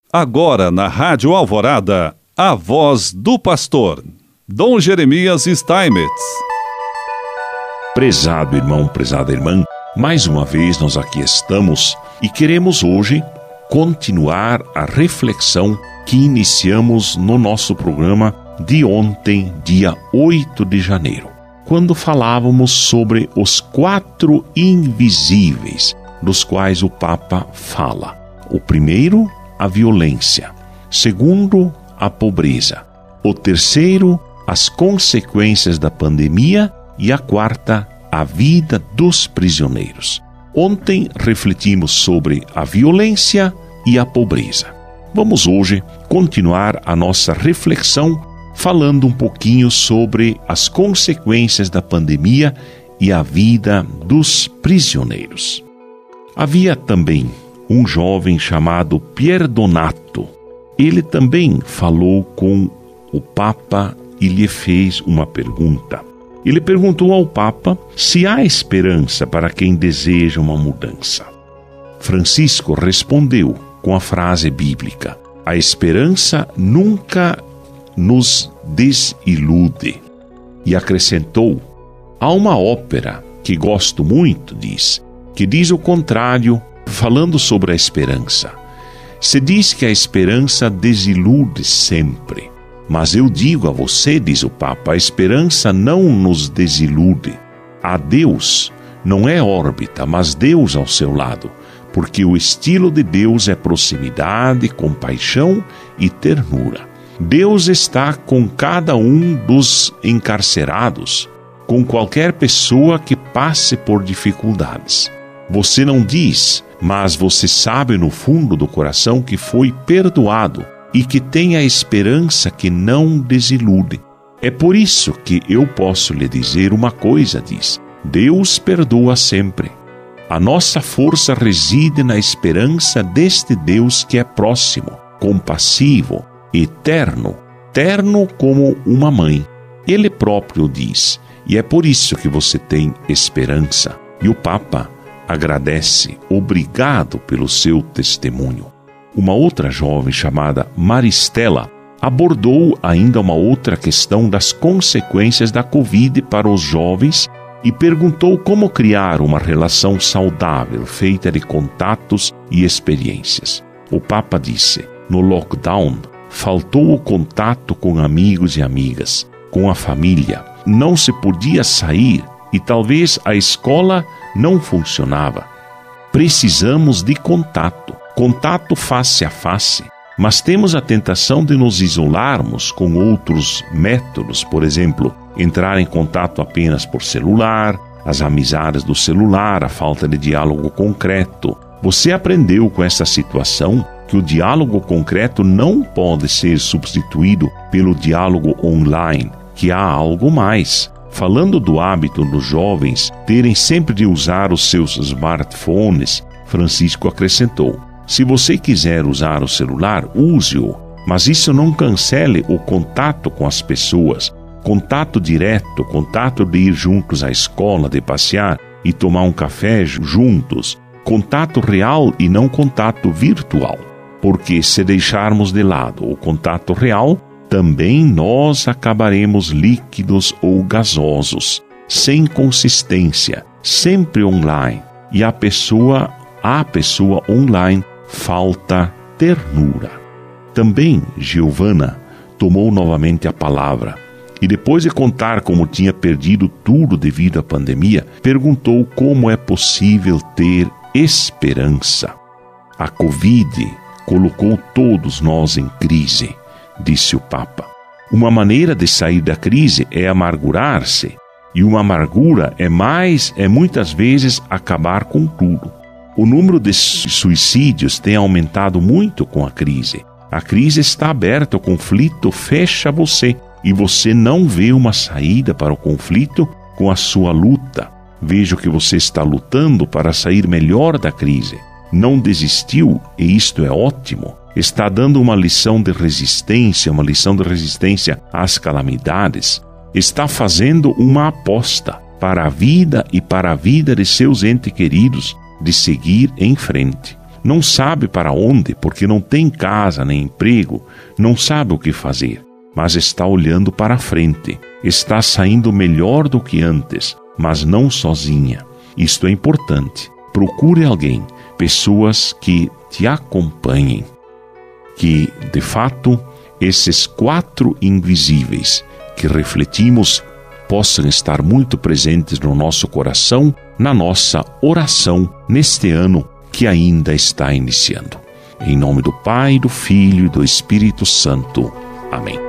Agora na Rádio Alvorada, a voz do pastor, Dom Jeremias Steinmetz. Prezado irmão, prezada irmã, mais uma vez nós aqui estamos e queremos hoje continuar a reflexão que iniciamos no nosso programa de ontem, dia 8 de janeiro, quando falávamos sobre os 4 invisíveis dos quais o Papa fala. O primeiro, a violência. Segundo, a pobreza. O terceiro, as consequências da pandemia. E a quarta, a vida dos prisioneiros. Ontem refletimos sobre a violência e a pobreza. Vamos hoje continuar a nossa reflexão falando um pouquinho sobre as consequências da pandemia e a vida dos prisioneiros. Havia também um jovem chamado Pier Donato. Ele também falou com o Papa e lhe fez uma pergunta. Ele perguntou ao Papa se há esperança para quem deseja uma mudança. Francisco respondeu com a frase bíblica: a esperança nunca nos desilude. E acrescentou: há uma ópera que gosto muito, que diz o contrário, falando sobre a esperança. Se diz que a esperança desilude sempre. Mas eu digo a você, diz o Papa, a esperança não nos desilude. A Deus não é órbita, mas Deus ao seu lado, porque o estilo de Deus é proximidade, compaixão e ternura. Deus está com cada um dos encarcerados, com qualquer pessoa que passe por dificuldades. Você não diz, mas você sabe no fundo do coração que foi perdoado e que tem a esperança que não desilude. É por isso que eu posso lhe dizer uma coisa, Deus perdoa sempre. A nossa força reside na esperança deste Deus que é próximo, compassivo, eterno, terno como uma mãe. Ele próprio diz, e é por isso que você tem esperança. E o Papa agradece, obrigado pelo seu testemunho. Uma outra jovem chamada Maristela abordou ainda uma outra questão das consequências da Covid para os jovens e perguntou como criar uma relação saudável, feita de contatos e experiências. O Papa disse: no lockdown, faltou o contato com amigos e amigas, com a família. Não se podia sair e talvez a escola não funcionava. Precisamos de contato face a face, mas temos a tentação de nos isolarmos com outros métodos, por exemplo, entrar em contato apenas por celular, as amizades do celular, a falta de diálogo concreto. Você aprendeu com essa situação que o diálogo concreto não pode ser substituído pelo diálogo online, que há algo mais. Falando do hábito dos jovens terem sempre de usar os seus smartphones, Francisco acrescentou: se você quiser usar o celular, use-o, mas isso não cancele o contato com as pessoas, contato direto, contato de ir juntos à escola, de passear e tomar um café juntos, contato real e não contato virtual, porque se deixarmos de lado o contato real, também nós acabaremos líquidos ou gasosos, sem consistência, sempre online. E à pessoa online falta ternura. Também Giovana tomou novamente a palavra e depois de contar como tinha perdido tudo devido à pandemia, perguntou como é possível ter esperança. A Covid colocou todos nós em crise, disse o Papa. Uma maneira de sair da crise é amargurar-se, e uma amargura é muitas vezes acabar com tudo. O número de suicídios tem aumentado muito com a crise. A crise está aberta, o conflito fecha você, e você não vê uma saída para o conflito com a sua luta. Veja que você está lutando para sair melhor da crise. Não desistiu, e isto é ótimo. Está dando uma lição de resistência às calamidades. Está fazendo uma aposta para a vida e para a vida de seus entes queridos, de seguir em frente. não sabe para onde, porque não tem casa nem emprego, não sabe o que fazer, mas está olhando para a frente, está saindo melhor do que antes, mas não sozinha. Isto é importante. Procure alguém, pessoas que te acompanhem, que, de fato, esses 4 invisíveis que refletimos possam estar muito presentes no nosso coração, na nossa oração, neste ano que ainda está iniciando. Em nome do Pai, do Filho e do Espírito Santo. Amém.